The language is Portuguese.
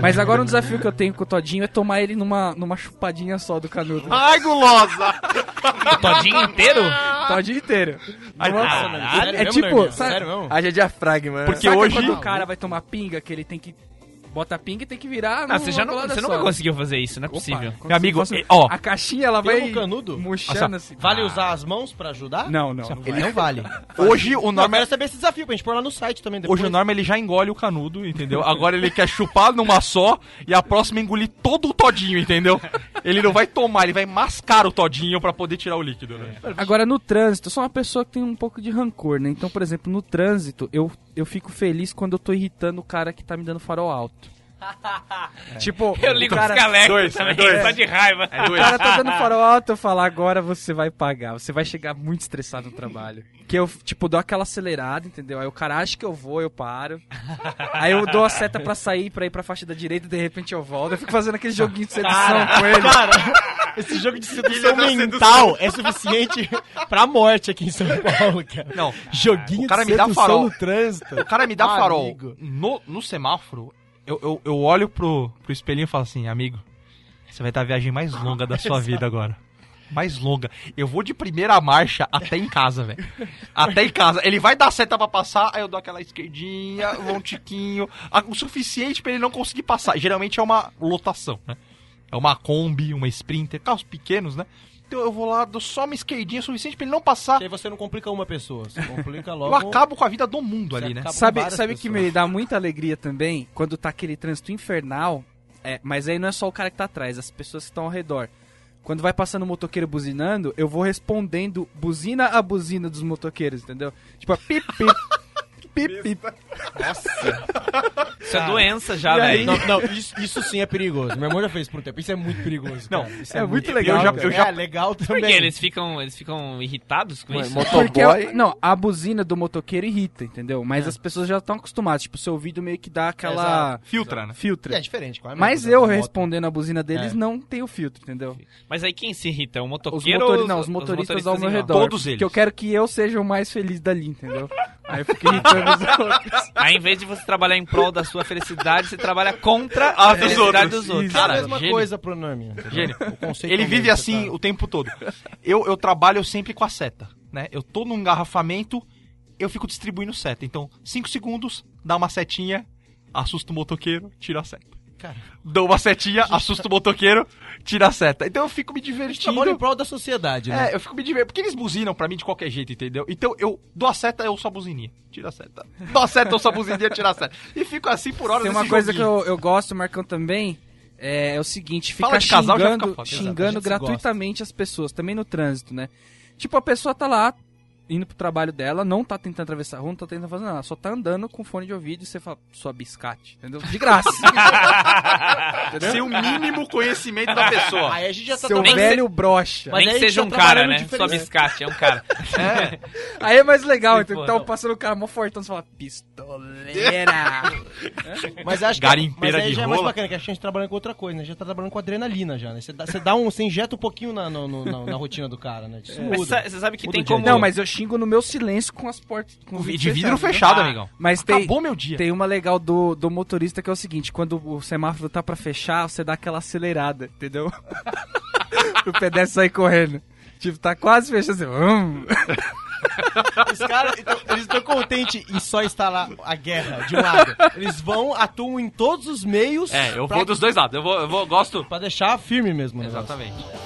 Mas agora um desafio que eu tenho com o Todinho é tomar ele numa chupadinha só do canudo. Ai, gulosa! O todinho inteiro? Todinho inteiro. Caralho. É tipo, sabe? Sério mesmo? Haja diafragma. Porque Sabe hoje... quando o cara vai tomar pinga, que ele tem que... Bota a pinga e tem que virar... Não, você nunca conseguiu fazer isso, não é possível. Meu amigo, ó... A caixinha, ela Tem vai um canudo? murchando assim. Vale usar as mãos pra ajudar? Não. Ele não vale. Hoje o Não, eu Norma... quero saber esse desafio pra gente pôr lá no site também depois. Hoje o Norma, ele já engole o canudo, entendeu? Agora ele quer chupar numa só e a próxima engolir todo o todinho, entendeu? Ele não vai tomar, ele vai mascar o todinho pra poder tirar o líquido, né? Agora, no trânsito, eu sou uma pessoa que tem um pouco de rancor, né? Então, por exemplo, no trânsito, eu fico feliz quando eu tô irritando o cara que tá me dando farol alto. Tipo, Eu ligo o cara, os calecos dois, também, dois. só de raiva. o cara tá dando farol alto, eu falo, agora você vai pagar. Você vai chegar muito estressado no trabalho. Que eu, tipo, dou aquela acelerada, entendeu? Aí o cara acha que eu vou, eu paro. Aí eu dou a seta pra sair, pra ir pra faixa da direita, de repente eu volto. Eu fico fazendo aquele joguinho de sedução com ele. Cara, esse jogo de sedução mental é suficiente pra morte aqui em São Paulo, cara. Não, Joguinho o cara de me dá sedução farol. no trânsito. O cara me dá farol Amigo. no semáforo, eu olho pro espelhinho e falo assim, amigo, você vai ter a viagem mais longa da sua vida agora. Mais longa. Eu vou de primeira marcha até em casa, velho. Até em casa. Ele vai dar seta pra passar, aí eu dou aquela esquerdinha, vou um tiquinho. O suficiente pra ele não conseguir passar. Geralmente é uma lotação, né? É uma Kombi, uma Sprinter, carros pequenos, né? Então eu vou lá, dou só uma esquerdinha suficiente pra ele não passar. E aí você não complica uma pessoa, você complica logo... Eu acabo com a vida do mundo Você ali, né? acaba- Sabe várias que pessoas. me dá muita alegria também? Quando tá aquele trânsito infernal, mas aí não é só o cara que tá atrás, as pessoas que estão ao redor. Quando vai passando o motoqueiro buzinando, eu vou respondendo buzina a buzina dos motoqueiros, entendeu? Tipo, pip, pip, pip, pip. Isso é doença já, E aí? velho. Não, isso sim é perigoso. Meu irmão já fez por um tempo. Isso é muito perigoso. Não, cara. Isso é muito legal, Eu já... É legal Por também. que eles ficam irritados com isso? Porque, não, a buzina do motoqueiro irrita, entendeu? Mas as pessoas já estão acostumadas, tipo, seu ouvido meio que dá aquela... Filtra, né? Filtra. É diferente, claro. Mas eu respondendo a buzina deles É. não tenho filtro, entendeu? Mas aí quem se irrita? O Os, motoqueiro os motoristas ao meu em redor. volta? Todos eles. Que eu quero que eu seja o mais feliz dali, entendeu? Aí eu fico irritando os outros. Aí, em vez de você trabalhar em prol da sua felicidade, você trabalha contra a felicidade dos outros. Isso. É a Cara, mesma gênio. coisa pro Norminha. Gênio. O conceito Ele é o vive mesmo, assim tá? o tempo todo. Eu trabalho sempre com a seta, né? Eu tô num engarrafamento, eu fico distribuindo seta. Então, 5 segundos, dá uma setinha, assusta o motoqueiro, tira a seta. Cara, Dou uma setinha, assusta o motoqueiro, tira a seta. Então eu fico me divertindo. trabalho em prol da sociedade, né? É, eu fico me divertindo. Porque eles buzinam pra mim de qualquer jeito, entendeu? Então eu dou a seta, eu sou a buzininha. Tira a seta. Dou a seta, eu sou a buzininha, tira a seta. E fico assim por horas Tem uma nesse coisa joguinho. que eu gosto, Marcão, também, é o seguinte, Fala ficar de casal, já fica xingando, foda. xingando Exato, a gente se gratuitamente as pessoas, também no trânsito, né? Tipo, a pessoa tá lá, indo pro trabalho dela, não tá tentando atravessar a rua, não tá tentando fazer nada, só tá andando com fone de ouvido e você fala, sua biscate, entendeu? De graça. Entendeu? Sem o mínimo conhecimento da pessoa. Aí a gente já tá Seu trabalhando- velho brocha. Mas Nem aí que seja tá um cara, trabalhando né? diferente. Só biscate, é um cara. Aí é mais legal, Sim, então pô, tá não. passando o cara mó fortão, você fala, pistoleira. Mas acho que Garimpeira mas aí de já é mais rola. bacana, que a gente tá trabalhando com outra coisa, né? Já tá trabalhando com adrenalina já, né? Você injeta um pouquinho na rotina do cara, né? Isso Mas muda. você sabe que Muda tem o dia a como... dia. Não, mas eu xingo no meu silêncio com as portas, com o De vidro entendeu? fechado, amigão. Mas tem, Acabou meu dia. tem uma legal do motorista que é o seguinte, quando o semáforo tá pra fechar, você dá aquela acelerada, entendeu? O pedestre sai correndo. Tipo, tá quase fechando assim. Os caras, então, eles estão contentes em só instalar a guerra de um lado. Eles atuam em todos os meios É, eu pra, vou dos dois lados. Eu gosto. pra deixar firme mesmo. o negócio. Exatamente.